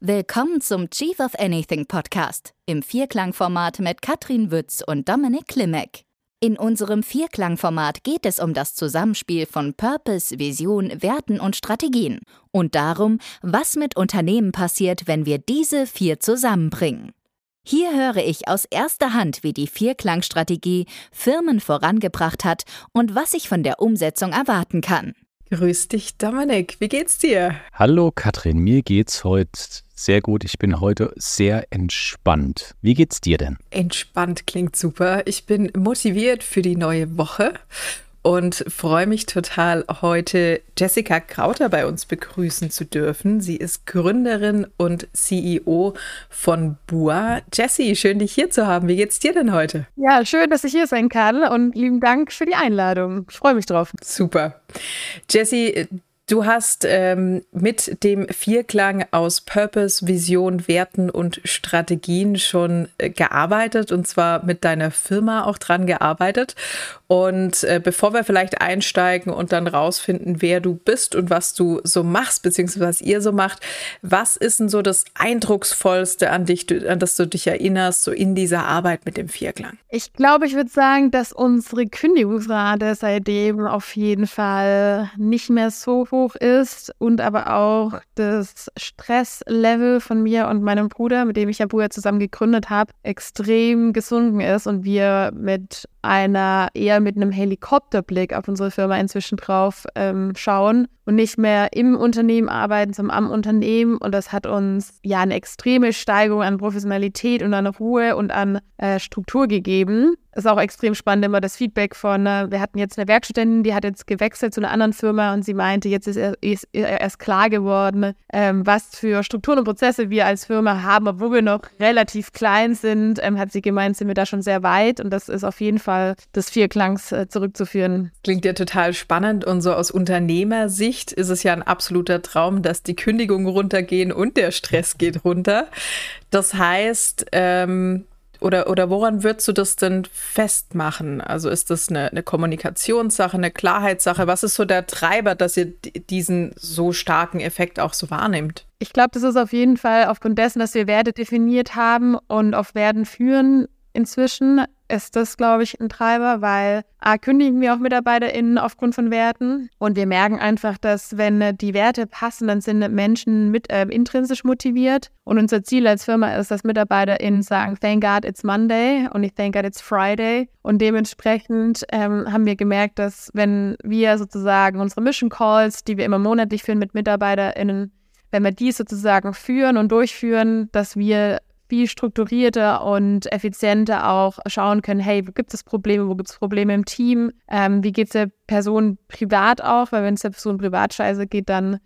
Willkommen zum Chief of Anything Podcast im Vierklangformat mit Katrin Wütz und Dominik Klimek. In unserem Vierklangformat geht es um das Zusammenspiel von Purpose, Vision, Werten und Strategien und darum, was mit Unternehmen passiert, wenn wir diese 4 zusammenbringen. Hier höre ich aus erster Hand, wie die Vierklangstrategie Firmen vorangebracht hat und was ich von der Umsetzung erwarten kann. Grüß dich, Dominik. Wie geht's dir? Hallo Katrin, mir geht's heute sehr gut. Ich bin heute sehr entspannt. Wie geht's dir denn? Entspannt klingt super. Ich bin motiviert für die neue Woche und freue mich total, heute Jessica Krauter bei uns begrüßen zu dürfen. Sie ist Gründerin und CEO von BUA. Jessie, schön, dich hier zu haben. Wie geht's dir denn heute? Ja, schön, dass ich hier sein kann und lieben Dank für die Einladung. Ich freue mich drauf. Super. Jessie, du hast mit dem Vierklang aus Purpose, Vision, Werten und Strategien schon gearbeitet und zwar mit deiner Firma auch dran gearbeitet. Und bevor wir vielleicht einsteigen und dann rausfinden, wer du bist und was du so machst, beziehungsweise was ihr so macht, was ist denn so das Eindrucksvollste an das du dich erinnerst, so in dieser Arbeit mit dem Vierklang? Ich glaube, ich würde sagen, dass unsere Kündigungsrate seitdem auf jeden Fall nicht mehr so hoch ist und aber auch das Stresslevel von mir und meinem Bruder, mit dem ich ja BUA zusammen gegründet habe, extrem gesunken ist und wir mit einem Helikopterblick auf unsere Firma inzwischen drauf schauen und nicht mehr im Unternehmen arbeiten, sondern am Unternehmen. Und das hat uns ja eine extreme Steigerung an Professionalität und an Ruhe und an Struktur gegeben. Ist auch extrem spannend immer das Feedback von, wir hatten jetzt eine Werkstudentin, die hat jetzt gewechselt zu einer anderen Firma und sie meinte, jetzt ist erst klar geworden, was für Strukturen und Prozesse wir als Firma haben, obwohl wir noch relativ klein sind, hat sie gemeint, sind wir da schon sehr weit und das ist auf jeden Fall des Vierklangs zurückzuführen. Klingt ja total spannend und so aus Unternehmersicht ist es ja ein absoluter Traum, dass die Kündigungen runtergehen und der Stress geht runter. Das heißt, Oder woran würdest du das denn festmachen? Also ist das eine Kommunikationssache, eine Klarheitssache? Was ist so der Treiber, dass ihr diesen so starken Effekt auch so wahrnehmt? Ich glaube, das ist auf jeden Fall aufgrund dessen, dass wir Werte definiert haben und auf Werten führen. Inzwischen ist das, glaube ich, ein Treiber, weil kündigen wir auch MitarbeiterInnen aufgrund von Werten und wir merken einfach, dass wenn die Werte passen, dann sind Menschen intrinsisch motiviert und unser Ziel als Firma ist, dass MitarbeiterInnen sagen, thank God it's Monday und nicht thank God it's Friday und dementsprechend haben wir gemerkt, dass wenn wir sozusagen unsere Mission Calls, die wir immer monatlich führen mit MitarbeiterInnen, wenn wir die sozusagen führen und durchführen, dass wir viel strukturierter und effizienter auch schauen können, hey, wo gibt es Probleme im Team, wie geht es der Person privat auch, weil wenn es der Person privat scheiße geht, dann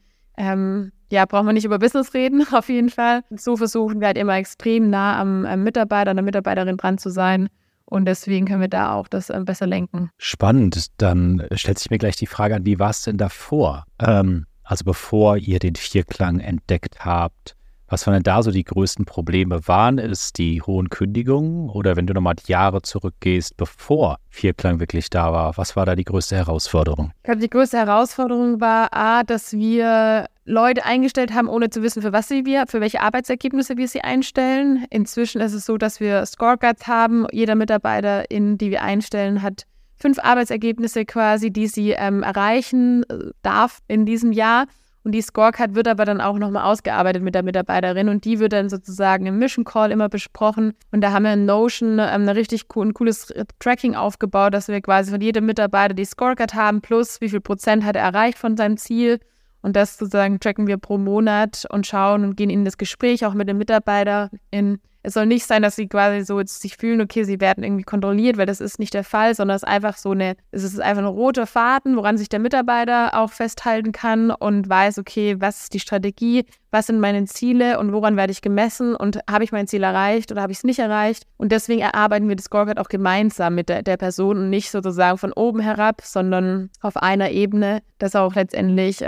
brauchen wir nicht über Business reden, auf jeden Fall. So versuchen wir halt immer extrem nah am Mitarbeiter, an der Mitarbeiterin dran zu sein und deswegen können wir da auch das besser lenken. Spannend, dann stellt sich mir gleich die Frage an, wie war es denn davor? Also bevor ihr den Vierklang entdeckt habt, was waren denn da so die größten Probleme? Waren es die hohen Kündigungen oder wenn du nochmal Jahre zurückgehst, bevor Vierklang wirklich da war, was war da die größte Herausforderung? Ich glaube, die größte Herausforderung war dass wir Leute eingestellt haben, ohne zu wissen, für welche Arbeitsergebnisse wir sie einstellen. Inzwischen ist es so, dass wir Scorecards haben. Jeder Mitarbeiterin, die wir einstellen, hat 5 Arbeitsergebnisse quasi, die sie erreichen darf in diesem Jahr. Und die Scorecard wird aber dann auch nochmal ausgearbeitet mit der Mitarbeiterin und die wird dann sozusagen im Mission Call immer besprochen. Und da haben wir in Notion ein cooles Tracking aufgebaut, dass wir quasi von jedem Mitarbeiter die Scorecard haben, plus wie viel Prozent hat er erreicht von seinem Ziel. Und das sozusagen tracken wir pro Monat und schauen und gehen in das Gespräch auch mit den MitarbeiterInnen. Es soll nicht sein, dass sie quasi so jetzt sich fühlen, okay, sie werden irgendwie kontrolliert, weil das ist nicht der Fall, sondern es ist einfach es ist einfach ein roter Faden, woran sich der Mitarbeiter auch festhalten kann und weiß, okay, was ist die Strategie, was sind meine Ziele und woran werde ich gemessen und habe ich mein Ziel erreicht oder habe ich es nicht erreicht? Und deswegen erarbeiten wir das Scorecard auch gemeinsam mit der Person und nicht sozusagen von oben herab, sondern auf einer Ebene, dass auch letztendlich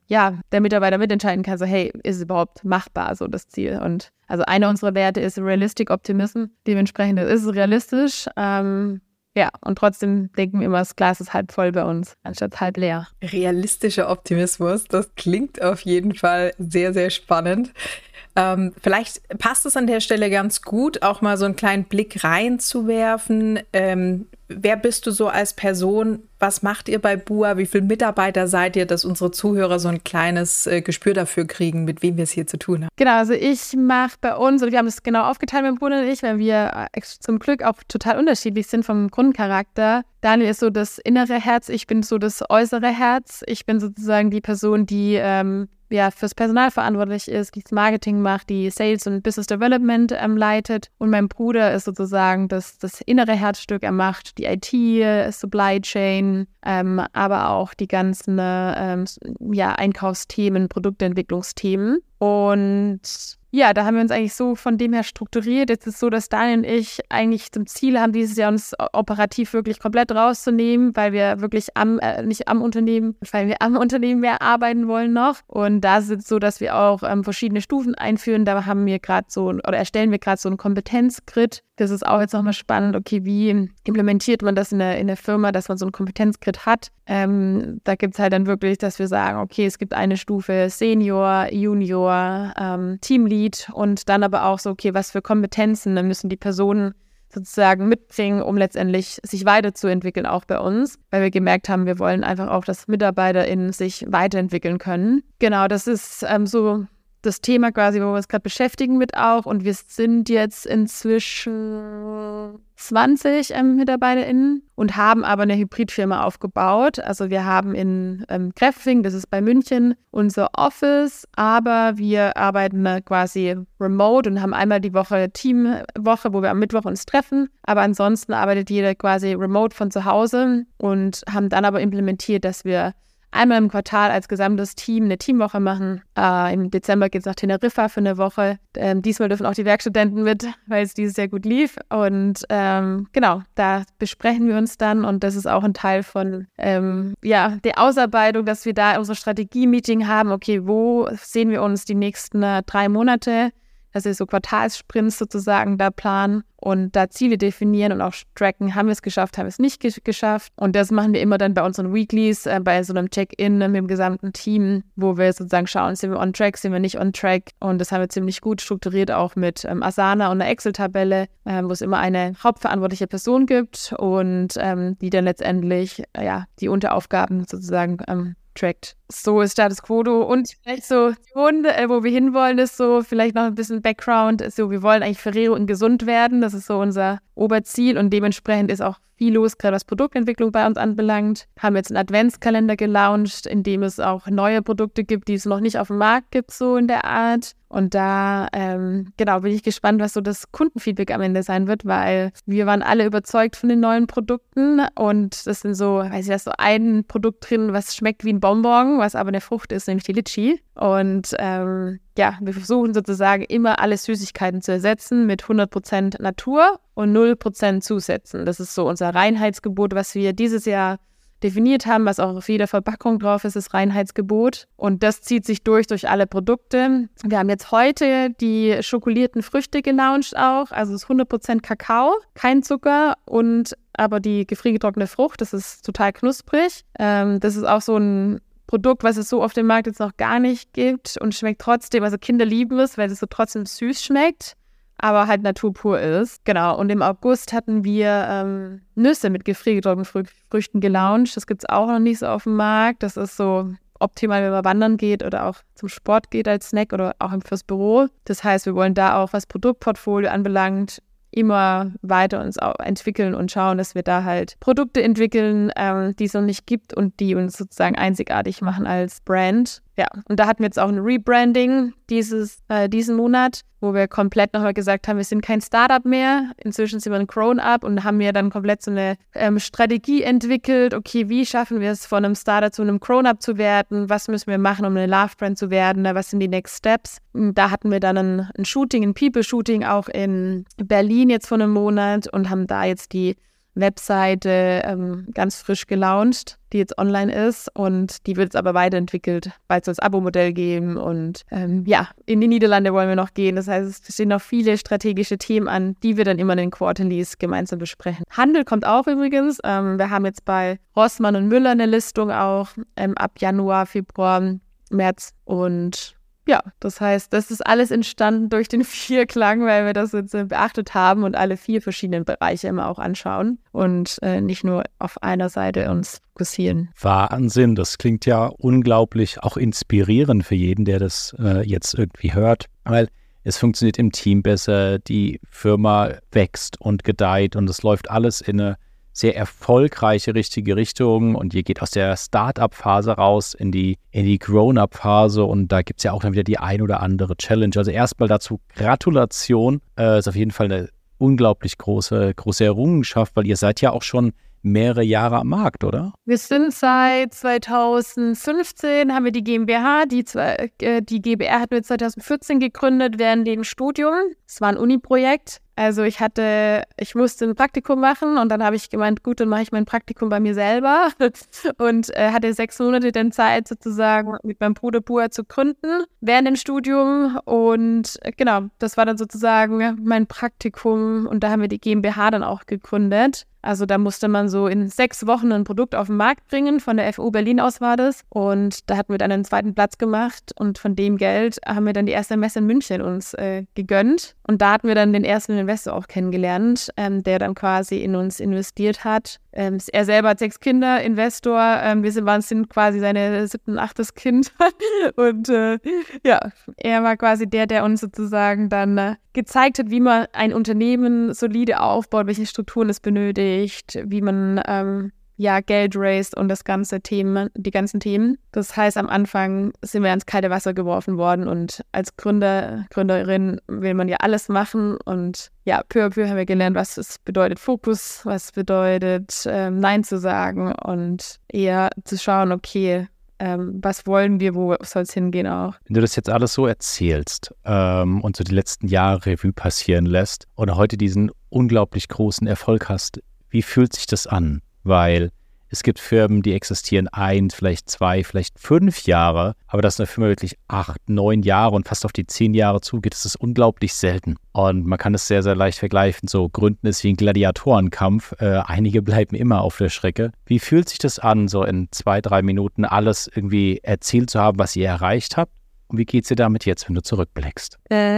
der Mitarbeiter mitentscheiden kann, so hey, ist es überhaupt machbar, so das Ziel? Und also einer unserer Werte ist Realistic Optimism, dementsprechend ist es realistisch. Und trotzdem denken wir immer, das Glas ist halb voll bei uns, anstatt halb leer. Realistischer Optimismus, das klingt auf jeden Fall sehr, sehr spannend. Vielleicht passt es an der Stelle ganz gut, auch mal so einen kleinen Blick reinzuwerfen. Wer bist du so als Person? Was macht ihr bei BUA? Wie viele Mitarbeiter seid ihr, dass unsere Zuhörer so ein kleines Gespür dafür kriegen, mit wem wir es hier zu tun haben? Genau, also ich mache bei uns, oder wir haben das genau aufgeteilt mit Bruder und ich, weil wir zum Glück auch total unterschiedlich sind vom Grundcharakter. Daniel ist so das innere Herz, ich bin so das äußere Herz. Ich bin sozusagen die Person, die fürs Personal verantwortlich ist, die das Marketing macht, die Sales und Business Development leitet. Und mein Bruder ist sozusagen das innere Herzstück. Er macht die IT, Supply Chain, aber auch die ganzen Einkaufsthemen, Produktentwicklungsthemen. Und ja, da haben wir uns eigentlich so von dem her strukturiert. Jetzt ist es so, dass Daniel und ich eigentlich zum Ziel haben, dieses Jahr uns operativ wirklich komplett rauszunehmen, weil wir wirklich weil wir am Unternehmen mehr arbeiten wollen noch. Und da ist es so, dass wir auch verschiedene Stufen einführen. Da haben wir erstellen wir gerade so einen Kompetenzgrid. Das ist auch jetzt nochmal spannend. Okay, wie implementiert man das in der Firma, dass man so einen Kompetenzgrid hat? Da gibt es halt dann wirklich, dass wir sagen, okay, es gibt eine Stufe Senior, Junior, Teamlead und dann aber auch so, okay, was für Kompetenzen müssen die Personen sozusagen mitbringen, um letztendlich sich weiterzuentwickeln, auch bei uns, weil wir gemerkt haben, wir wollen einfach auch, dass MitarbeiterInnen sich weiterentwickeln können. Genau, das ist so das Thema quasi, wo wir uns gerade beschäftigen mit auch. Und wir sind jetzt inzwischen 20 MitarbeiterInnen und haben aber eine Hybridfirma aufgebaut. Also wir haben in Gräfing, das ist bei München, unser Office, aber wir arbeiten quasi remote und haben einmal die Woche Teamwoche, wo wir am Mittwoch uns treffen. Aber ansonsten arbeitet jeder quasi remote von zu Hause und haben dann aber implementiert, dass wir einmal im Quartal als gesamtes Team eine Teamwoche machen. Im Dezember geht es nach Teneriffa für eine Woche. Diesmal dürfen auch die Werkstudenten mit, weil es dieses Jahr gut lief. Und genau, da besprechen wir uns dann. Und das ist auch ein Teil von der Ausarbeitung, dass wir da unser Strategie-Meeting haben. Okay, wo sehen wir uns die nächsten 3 Monate? Dass wir so Quartalssprints sozusagen da planen und da Ziele definieren und auch tracken. Haben wir es geschafft, haben wir es nicht geschafft? Und das machen wir immer dann bei unseren Weeklies, bei so einem Check-in mit dem gesamten Team, wo wir sozusagen schauen, sind wir on track, sind wir nicht on track? Und das haben wir ziemlich gut strukturiert, auch mit Asana und einer Excel-Tabelle, wo es immer eine hauptverantwortliche Person gibt und die dann letztendlich die Unteraufgaben sozusagen trackt. So ist Status Quo. Und vielleicht so, wo wir hinwollen, ist so vielleicht noch ein bisschen Background. So, wir wollen eigentlich Ferrero und gesund werden. Das ist so unser Oberziel und dementsprechend ist auch viel los, gerade was Produktentwicklung bei uns anbelangt. Haben jetzt einen Adventskalender gelauncht, in dem es auch neue Produkte gibt, die es noch nicht auf dem Markt gibt, so in der Art. Und da, bin ich gespannt, was so das Kundenfeedback am Ende sein wird, weil wir waren alle überzeugt von den neuen Produkten und das sind so, da ist so ein Produkt drin, was schmeckt wie ein Bonbon, was aber eine Frucht ist, nämlich die Litschi. Und wir versuchen sozusagen immer alle Süßigkeiten zu ersetzen mit 100% Natur und 0% Zusätzen. Das ist so unser Reinheitsgebot, was wir dieses Jahr definiert haben, was auch auf jeder Verpackung drauf ist, das Reinheitsgebot. Und das zieht sich durch alle Produkte. Wir haben jetzt heute die schokolierten Früchte gelauncht auch. Also es ist 100% Kakao, kein Zucker und aber die gefriergetrocknete Frucht, das ist total knusprig. Das ist auch so ein Produkt, was es so auf dem Markt jetzt noch gar nicht gibt und schmeckt trotzdem, also Kinder lieben es, weil es so trotzdem süß schmeckt, aber halt naturpur ist. Genau, und im August hatten wir Nüsse mit gefriergetrockneten Früchten gelauncht. Das gibt es auch noch nicht so auf dem Markt. Das ist so optimal, wenn man wandern geht oder auch zum Sport geht als Snack oder auch fürs Büro. Das heißt, wir wollen da auch, was Produktportfolio anbelangt, immer weiter uns auch entwickeln und schauen, dass wir da halt Produkte entwickeln, die es noch nicht gibt und die uns sozusagen einzigartig machen als Brand. Ja, und da hatten wir jetzt auch ein Rebranding diesen Monat, wo wir komplett nochmal gesagt haben, wir sind kein Startup mehr. Inzwischen sind wir ein Grown-up und haben wir dann komplett so eine Strategie entwickelt. Okay, wie schaffen wir es, von einem Startup zu einem Grown-up zu werden? Was müssen wir machen, um eine Love-Brand zu werden? Was sind die Next Steps? Und da hatten wir dann ein Shooting, ein People-Shooting auch in Berlin jetzt vor einem Monat und haben da jetzt die Webseite ganz frisch gelauncht, die jetzt online ist und die wird jetzt aber weiterentwickelt, weil es das Abo-Modell geben und in die Niederlande wollen wir noch gehen. Das heißt, es stehen noch viele strategische Themen an, die wir dann immer in den Quarterlies gemeinsam besprechen. Handel kommt auch übrigens. Wir haben jetzt bei Rossmann und Müller eine Listung auch ab Januar, Februar, März und Ja, das heißt, das ist alles entstanden durch den Vierklang, weil wir das jetzt beachtet haben und alle 4 verschiedenen Bereiche immer auch anschauen und nicht nur auf einer Seite uns fokussieren. Wahnsinn, das klingt ja unglaublich auch inspirierend für jeden, der das jetzt irgendwie hört, weil es funktioniert im Team besser, die Firma wächst und gedeiht und es läuft alles in eine sehr erfolgreiche, richtige Richtung und ihr geht aus der Start-up-Phase raus in die Grown-up-Phase und da gibt es ja auch dann wieder die ein oder andere Challenge. Also erstmal dazu Gratulation, ist auf jeden Fall eine unglaublich große Errungenschaft, weil ihr seid ja auch schon mehrere Jahre am Markt, oder? Wir sind seit 2015, haben wir die GmbH, die GbR hatten wir 2014 gegründet während dem Studium. Es war ein Uni-Projekt. Also ich musste ein Praktikum machen und dann habe ich gemeint, gut, dann mache ich mein Praktikum bei mir selber und hatte 6 Monate dann Zeit sozusagen mit meinem Bruder Bua zu gründen während dem Studium und genau, das war dann sozusagen mein Praktikum und da haben wir die GmbH dann auch gegründet. Also da musste man so in 6 Wochen ein Produkt auf den Markt bringen, von der FU Berlin aus war das und da hatten wir dann einen 2. Platz gemacht und von dem Geld haben wir dann die erste Messe in München uns gegönnt und da hatten wir dann den ersten Investor auch kennengelernt, der dann quasi in uns investiert hat. Er selber hat 6 Kinder, Investor, wir sind quasi seine 7., 8. Kind und er war quasi der uns sozusagen dann gezeigt hat, wie man ein Unternehmen solide aufbaut, welche Strukturen es benötigt, wie man Geld raised und die ganzen Themen. Das heißt, am Anfang sind wir ins kalte Wasser geworfen worden und als Gründerin will man ja alles machen und ja, peu à peu haben wir gelernt, was es bedeutet Fokus, was bedeutet Nein zu sagen und eher zu schauen, okay, was wollen wir, wo soll es hingehen auch. Wenn du das jetzt alles so erzählst und so die letzten Jahre Revue passieren lässt und heute diesen unglaublich großen Erfolg hast, wie fühlt sich das an? Weil es gibt Firmen, die existieren 1, vielleicht 2, vielleicht 5 Jahre, aber dass eine Firma wirklich 8, 9 Jahre und fast auf die 10 Jahre zugeht, das ist unglaublich selten. Und man kann es sehr, sehr leicht vergleichen. So Gründen ist wie ein Gladiatorenkampf. Einige bleiben immer auf der Strecke. Wie fühlt sich das an, so in 2, 3 Minuten alles irgendwie erzählt zu haben, was ihr erreicht habt? Und wie geht's dir damit jetzt, wenn du zurückblickst?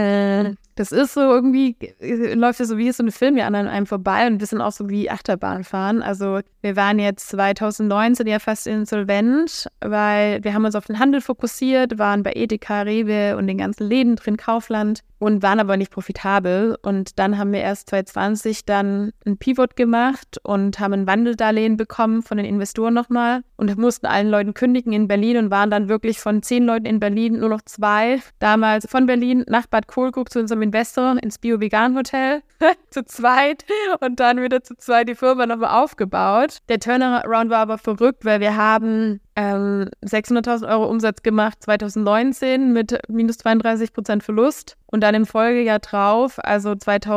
Das ist so irgendwie, läuft ja so wie so ein Film ja an einem vorbei und wir sind auch so wie Achterbahnfahren. Also wir waren jetzt 2019 ja fast insolvent, weil wir haben uns auf den Handel fokussiert, waren bei Edeka, Rewe und den ganzen Läden drin, Kaufland und waren aber nicht profitabel. Und dann haben wir erst 2020 dann ein Pivot gemacht und haben ein Wandeldarlehen bekommen von den Investoren nochmal und mussten allen Leuten kündigen in Berlin und waren dann wirklich von 10 Leuten in Berlin nur noch 2. Damals von Berlin nach Bad Kohlguck zu unserem Investor ins Bio-Vegan-Hotel zu zweit und dann wieder zu zweit die Firma nochmal aufgebaut. Der Turnaround war aber verrückt, weil wir haben 600.000 € Umsatz gemacht 2019 mit minus 32% Verlust und dann im Folgejahr drauf, also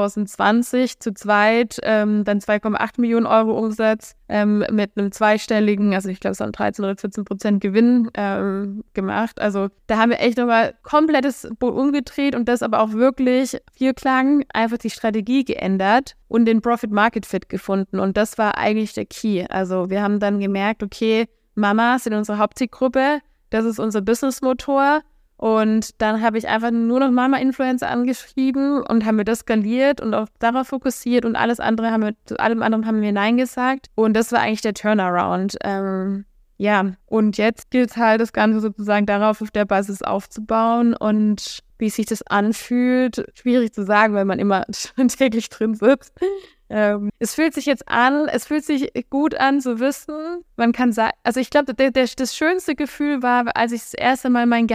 2020 zu zweit, dann 2,8 Millionen € Umsatz mit einem zweistelligen, also ich glaube es waren 13 oder 14% Gewinn gemacht. Also da haben wir echt nochmal komplettes Boot umgedreht und das aber auch wirklich Vierklang, einfach die Strategie geändert und den Profit-Market-Fit gefunden und das war eigentlich der Key. Also wir haben dann gemerkt, okay, Mamas sind unsere Hauptzielgruppe, das ist unser Businessmotor und dann habe ich einfach nur noch Mama-Influencer angeschrieben und haben wir das skaliert und auch darauf fokussiert und zu allem anderen haben wir Nein gesagt und das war eigentlich der Turnaround. Und jetzt gilt es halt, das Ganze sozusagen darauf auf der Basis aufzubauen und wie sich das anfühlt, schwierig zu sagen, weil man immer täglich drin sitzt. Es fühlt sich gut an zu wissen, man kann sagen, also ich glaube, das schönste Gefühl war, als ich das erste Mal mein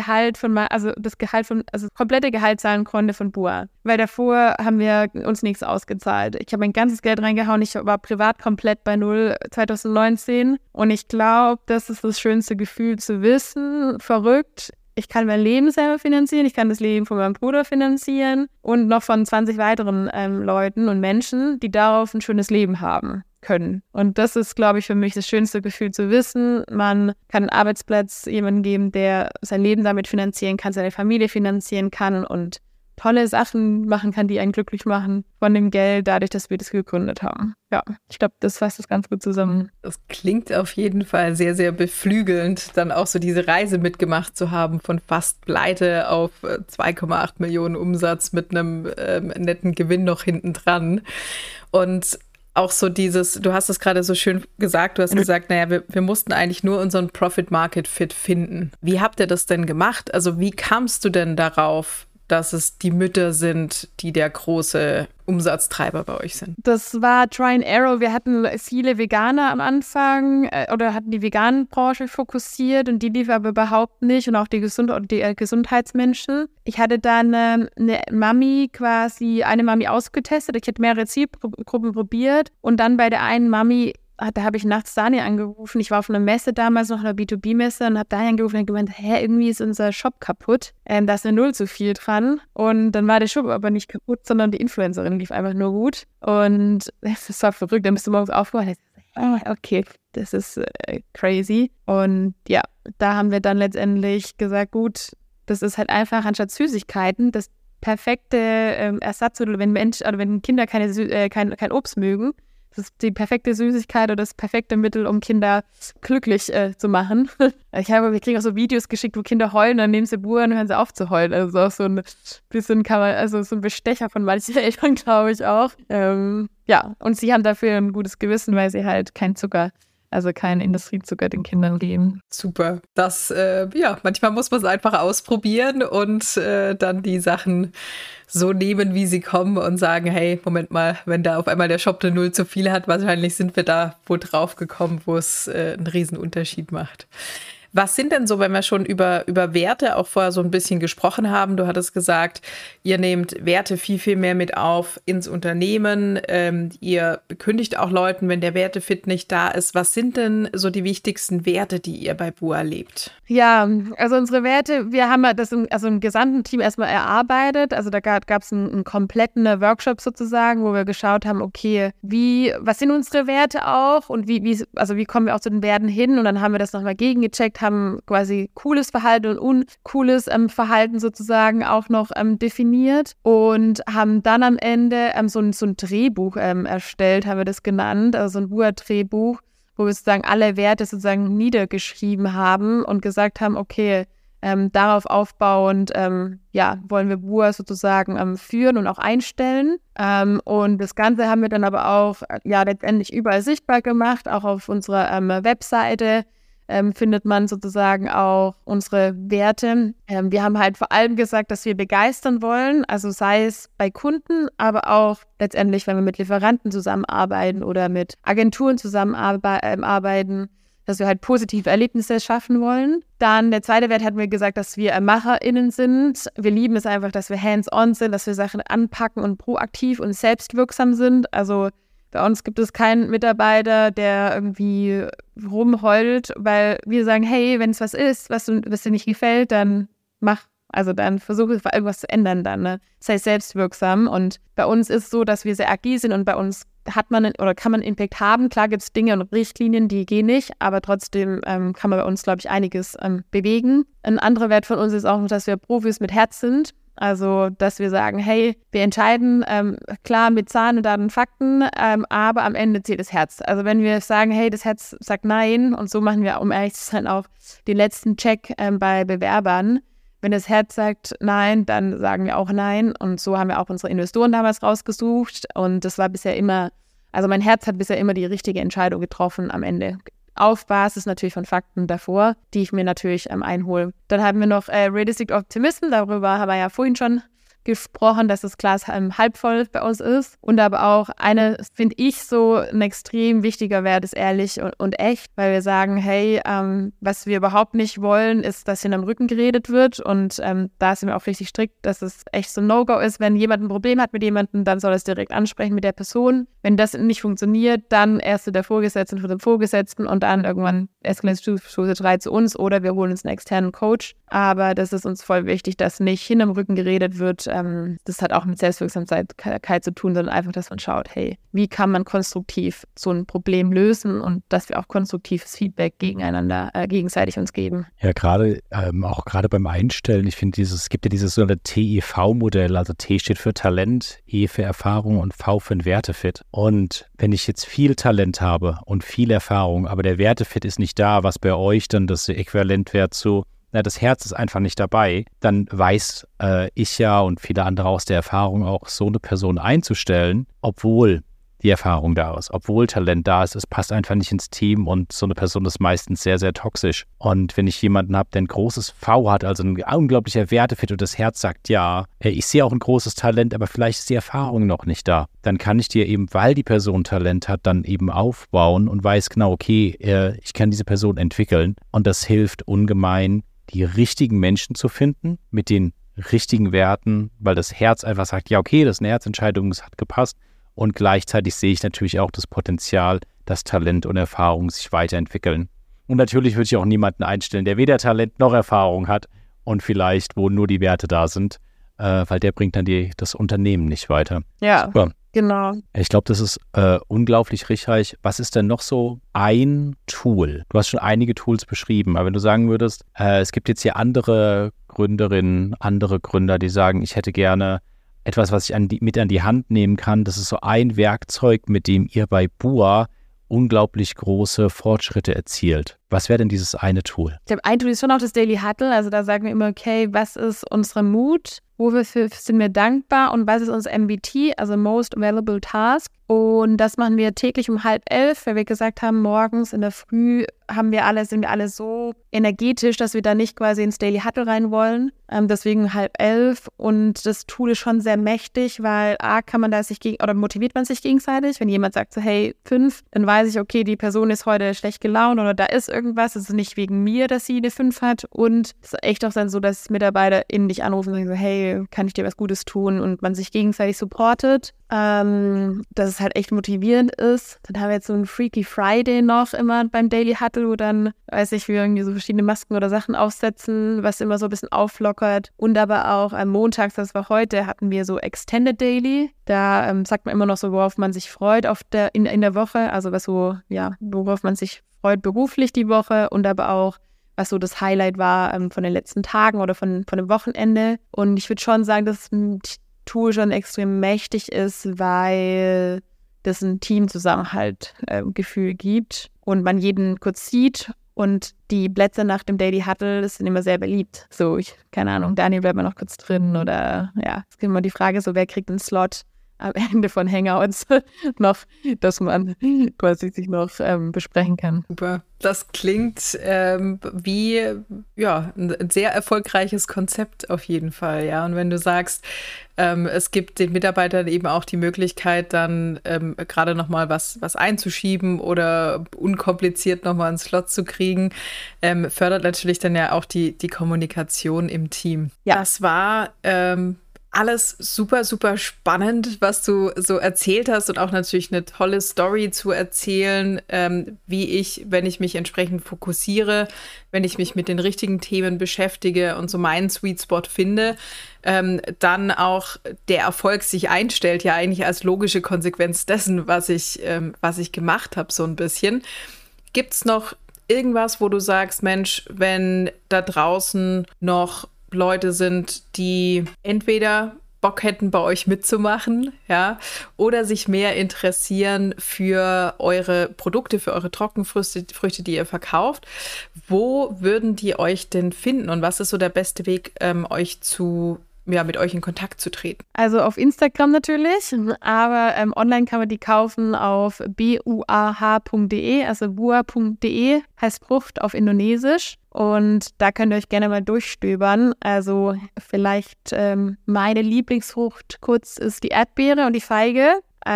komplette Gehalt zahlen konnte von Bua, weil davor haben wir uns nichts ausgezahlt. Ich habe mein ganzes Geld reingehauen, ich war privat komplett bei Null 2019 und ich glaube, das ist das schönste Gefühl zu wissen, verrückt. Ich kann mein Leben selber finanzieren, ich kann das Leben von meinem Bruder finanzieren und noch von 20 weiteren Leuten und Menschen, die darauf ein schönes Leben haben können. Und das ist, glaube ich, für mich das schönste Gefühl zu wissen. Man kann einen Arbeitsplatz jemandem geben, der sein Leben damit finanzieren kann, seine Familie finanzieren kann und tolle Sachen machen kann, die einen glücklich machen von dem Geld, dadurch, dass wir das gegründet haben. Ja, ich glaube, das fasst das ganz gut zusammen. Das klingt auf jeden Fall sehr, sehr beflügelnd, dann auch so diese Reise mitgemacht zu haben, von fast Pleite auf 2,8 Millionen Umsatz mit einem netten Gewinn noch hinten dran. Und auch so dieses, du hast es gerade so schön gesagt, du hast gesagt, naja, wir mussten eigentlich nur unseren Profit-Market-Fit finden. Wie habt ihr das denn gemacht? Also wie kamst du denn darauf, dass es die Mütter sind, die der große Umsatztreiber bei euch sind? Das war Try and Error. Wir hatten viele Veganer am Anfang oder hatten die veganen Branche fokussiert und die lief aber überhaupt nicht und auch die Gesundheitsmenschen. Ich hatte dann eine Mami ausgetestet. Ich hatte mehrere Zielgruppen probiert und dann bei der einen Mami da habe ich nachts Daniel angerufen. Ich war auf einer Messe damals, noch einer B2B-Messe und habe Daniel angerufen und gemeint, irgendwie ist unser Shop kaputt. Da ist eine Null zu viel dran. Und dann war der Shop aber nicht kaputt, sondern die Influencerin lief einfach nur gut. Und das war verrückt. Dann bist du morgens aufgewacht und okay, das ist crazy. Und ja, da haben wir dann letztendlich gesagt, gut, das ist halt einfach anstatt Süßigkeiten das perfekte Ersatzmittel, wenn Kinder kein Obst mögen. Das ist die perfekte Süßigkeit oder das perfekte Mittel, um Kinder glücklich zu machen. Wir kriegen auch so Videos geschickt, wo Kinder heulen, dann nehmen sie Buhr und hören sie auf zu heulen. Also auch so ein bisschen so ein Bestecher von manchen Eltern, glaube ich auch. Und sie haben dafür ein gutes Gewissen, weil sie halt keinen Industriezucker den Kindern geben. Super. Das, manchmal muss man es einfach ausprobieren und dann die Sachen so nehmen, wie sie kommen und sagen, hey, Moment mal, wenn da auf einmal der Shop eine Null zu viel hat, wahrscheinlich sind wir da wo drauf gekommen, wo es einen riesen Unterschied macht. Was sind denn so, wenn wir schon über Werte auch vorher so ein bisschen gesprochen haben? Du hattest gesagt, ihr nehmt Werte viel, viel mehr mit auf ins Unternehmen. Ihr kündigt auch Leuten, wenn der Wertefit nicht da ist. Was sind denn so die wichtigsten Werte, die ihr bei BUA lebt? Ja, also unsere Werte, wir haben das im gesamten Team erstmal erarbeitet. Also da gab es einen kompletten Workshop sozusagen, wo wir geschaut haben, okay, was sind unsere Werte auch und wie kommen wir auch zu den Werten hin? Und dann haben wir das nochmal gegengecheckt, haben quasi cooles Verhalten und uncooles Verhalten sozusagen auch noch definiert und haben dann am Ende so ein Drehbuch erstellt, haben wir das genannt, also so ein BUA-Drehbuch, wo wir sozusagen alle Werte sozusagen niedergeschrieben haben und gesagt haben, okay, darauf aufbauend, wollen wir BUA sozusagen führen und auch einstellen. Und das Ganze haben wir dann aber auch letztendlich überall sichtbar gemacht, auch auf unserer Webseite. Findet man sozusagen auch unsere Werte. Wir haben halt vor allem gesagt, dass wir begeistern wollen, also sei es bei Kunden, aber auch letztendlich, wenn wir mit Lieferanten zusammenarbeiten oder mit Agenturen zusammenarbeiten, dass wir halt positive Erlebnisse schaffen wollen. Dann der zweite Wert hatten wir gesagt, dass wir MacherInnen sind. Wir lieben es einfach, dass wir hands-on sind, dass wir Sachen anpacken und proaktiv und selbstwirksam sind. Also bei uns gibt es keinen Mitarbeiter, der irgendwie rumheult, weil wir sagen, hey, wenn es was ist, was dir nicht gefällt, dann mach. Also dann versuche irgendwas zu ändern dann. Ne? Sei selbstwirksam. Und bei uns ist es so, dass wir sehr agil sind und bei uns kann man Impact haben. Klar gibt es Dinge und Richtlinien, die gehen nicht, aber trotzdem kann man bei uns, glaube ich, einiges bewegen. Ein anderer Wert von uns ist auch noch, dass wir Profis mit Herz sind. Also, dass wir sagen, hey, wir entscheiden, klar mit Zahlen und Daten und Fakten, aber am Ende zählt das Herz. Also wenn wir sagen, hey, das Herz sagt nein, und so machen wir, um ehrlich zu sein, auch den letzten Check bei Bewerbern. Wenn das Herz sagt nein, dann sagen wir auch nein. Und so haben wir auch unsere Investoren damals rausgesucht. Und das war bisher immer, also mein Herz hat bisher immer die richtige Entscheidung getroffen am Ende. Auf Basis natürlich von Fakten davor, die ich mir natürlich einhole. Dann haben wir noch Realistic Optimism, darüber haben wir ja vorhin schon gesprochen, dass das Glas halb voll bei uns ist. Und aber auch finde ich, so ein extrem wichtiger Wert ist ehrlich und echt, weil wir sagen, hey, was wir überhaupt nicht wollen, ist, dass hinterm Rücken geredet wird. Und da sind wir auch richtig strikt, dass es echt so ein No-Go ist. Wenn jemand ein Problem hat mit jemandem, dann soll er es direkt ansprechen mit der Person. Wenn das nicht funktioniert, dann erst zu der Vorgesetzten für den Vorgesetzten und dann irgendwann Eskalationsstufe 3 zu uns oder wir holen uns einen externen Coach. Aber das ist uns voll wichtig, dass nicht hinterm Rücken geredet wird, das hat auch mit Selbstwirksamkeit zu tun, sondern einfach, dass man schaut, hey, wie kann man konstruktiv so ein Problem lösen und dass wir auch konstruktives Feedback gegenseitig uns geben. Ja, auch gerade beim Einstellen, ich finde es gibt ja dieses sogenannte TEV-Modell, also T steht für Talent, E für Erfahrung und V für ein Wertefit. Und wenn ich jetzt viel Talent habe und viel Erfahrung, aber der Wertefit ist nicht da, was bei euch dann das Äquivalent wäre zu, das Herz ist einfach nicht dabei, dann weiß ich ja und viele andere aus der Erfahrung auch, so eine Person einzustellen, obwohl die Erfahrung da ist, obwohl Talent da ist, es passt einfach nicht ins Team und so eine Person ist meistens sehr, sehr toxisch. Und wenn ich jemanden habe, der ein großes V hat, also ein unglaublicher Wertefit und das Herz sagt, ja, ich sehe auch ein großes Talent, aber vielleicht ist die Erfahrung noch nicht da, dann kann ich dir eben, weil die Person Talent hat, dann eben aufbauen und weiß genau, okay, ich kann diese Person entwickeln und das hilft ungemein, die richtigen Menschen zu finden mit den richtigen Werten, weil das Herz einfach sagt, ja, okay, das ist eine Herzentscheidung, es hat gepasst. Und gleichzeitig sehe ich natürlich auch das Potenzial, dass Talent und Erfahrung sich weiterentwickeln. Und natürlich würde ich auch niemanden einstellen, der weder Talent noch Erfahrung hat und vielleicht, wo nur die Werte da sind, weil der bringt dann das Unternehmen nicht weiter. Ja, super. Genau. Ich glaube, das ist unglaublich hilfreich. Was ist denn noch so ein Tool? Du hast schon einige Tools beschrieben, aber wenn du sagen würdest, es gibt jetzt hier andere Gründerinnen, andere Gründer, die sagen, ich hätte gerne etwas, was ich mit an die Hand nehmen kann. Das ist so ein Werkzeug, mit dem ihr bei BUA unglaublich große Fortschritte erzielt. Was wäre denn dieses eine Tool? Ich glaube, ein Tool ist schon auch das Daily Huddle. Also da sagen wir immer, okay, was ist unsere Mut? Wofür sind wir dankbar? Und was ist unser MVT, also Most Valuable Task? Und das machen wir täglich um 10:30, weil wir gesagt haben, morgens in der Früh sind wir alle so energetisch, dass wir da nicht quasi ins Daily Huddle rein wollen. Deswegen 10:30. Und das Tool ist schon sehr mächtig, weil kann man da motiviert man sich gegenseitig. Wenn jemand sagt so, hey, 5, dann weiß ich, okay, die Person ist heute schlecht gelaunt oder da ist irgendwas. Es ist nicht wegen mir, dass sie eine 5 hat. Und es ist echt auch dann so, dass MitarbeiterInnen dich anrufen und sagen so, hey, kann ich dir was Gutes tun? Und man sich gegenseitig supportet. Dass es halt echt motivierend ist. Dann haben wir jetzt so einen Freaky Friday noch immer beim Daily Huddle, wo dann, weiß ich, wir irgendwie so verschiedene Masken oder Sachen aufsetzen, was immer so ein bisschen auflockert. Und aber auch am Montag, das war heute, hatten wir so Extended Daily. Da sagt man immer noch so, worauf man sich freut in der Woche. Also worauf man sich freut beruflich die Woche und aber auch was so das Highlight war von den letzten Tagen oder von dem Wochenende. Und ich würde schon sagen, dass Tool schon extrem mächtig ist, weil das ein Teamzusammenhalt-Gefühl gibt und man jeden kurz sieht und die Plätze nach dem Daily Huddle, das sind immer sehr beliebt. So, keine Ahnung, Daniel bleibt mal noch kurz drin oder ja, es gibt immer die Frage so, wer kriegt einen Slot am Ende von Hangouts noch, dass man quasi sich noch besprechen kann. Super. Das klingt wie ein sehr erfolgreiches Konzept auf jeden Fall. Ja, und wenn du sagst, es gibt den Mitarbeitern eben auch die Möglichkeit, dann gerade nochmal was einzuschieben oder unkompliziert nochmal einen Slot zu kriegen, fördert natürlich dann ja auch die Kommunikation im Team. Ja. Das war alles super, super spannend, was du so erzählt hast und auch natürlich eine tolle Story zu erzählen, wie ich, wenn ich mich entsprechend fokussiere, wenn ich mich mit den richtigen Themen beschäftige und so meinen Sweet Spot finde, dann auch der Erfolg sich einstellt, ja eigentlich als logische Konsequenz dessen, was ich gemacht habe, so ein bisschen. Gibt's noch irgendwas, wo du sagst, Mensch, wenn da draußen noch Leute sind, die entweder Bock hätten, bei euch mitzumachen, ja, oder sich mehr interessieren für eure Produkte, für eure Trockenfrüchte, die ihr verkauft. Wo würden die euch denn finden und was ist so der beste Weg, mit euch in Kontakt zu treten? Also auf Instagram natürlich, aber online kann man die kaufen auf buah.de, also buah.de heißt Frucht auf Indonesisch. Und da könnt ihr euch gerne mal durchstöbern. Also vielleicht meine Lieblingsfrucht kurz ist die Erdbeere und die Feige.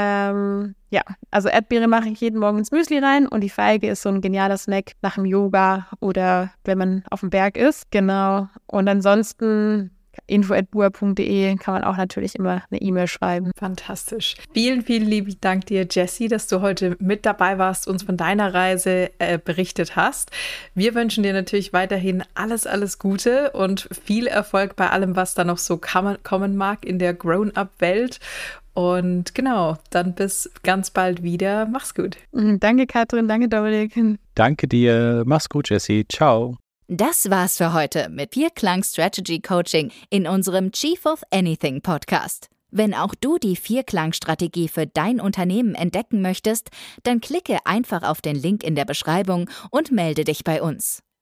Also Erdbeere mache ich jeden Morgen ins Müsli rein und die Feige ist so ein genialer Snack nach dem Yoga oder wenn man auf dem Berg ist. Genau. Und ansonsten info@bua.de kann man auch natürlich immer eine E-Mail schreiben. Fantastisch. Vielen, vielen lieben Dank dir, Jessie, dass du heute mit dabei warst, uns von deiner Reise berichtet hast. Wir wünschen dir natürlich weiterhin alles, alles Gute und viel Erfolg bei allem, was da noch so kommen mag in der Grown-Up-Welt. Und genau, dann bis ganz bald wieder. Mach's gut. Danke, Katrin. Danke, Dominik. Danke dir. Mach's gut, Jessie. Ciao. Das war's für heute mit Vierklang Strategy Coaching in unserem Chief of Anything Podcast. Wenn auch du die Vierklang-Strategie für dein Unternehmen entdecken möchtest, dann klicke einfach auf den Link in der Beschreibung und melde dich bei uns.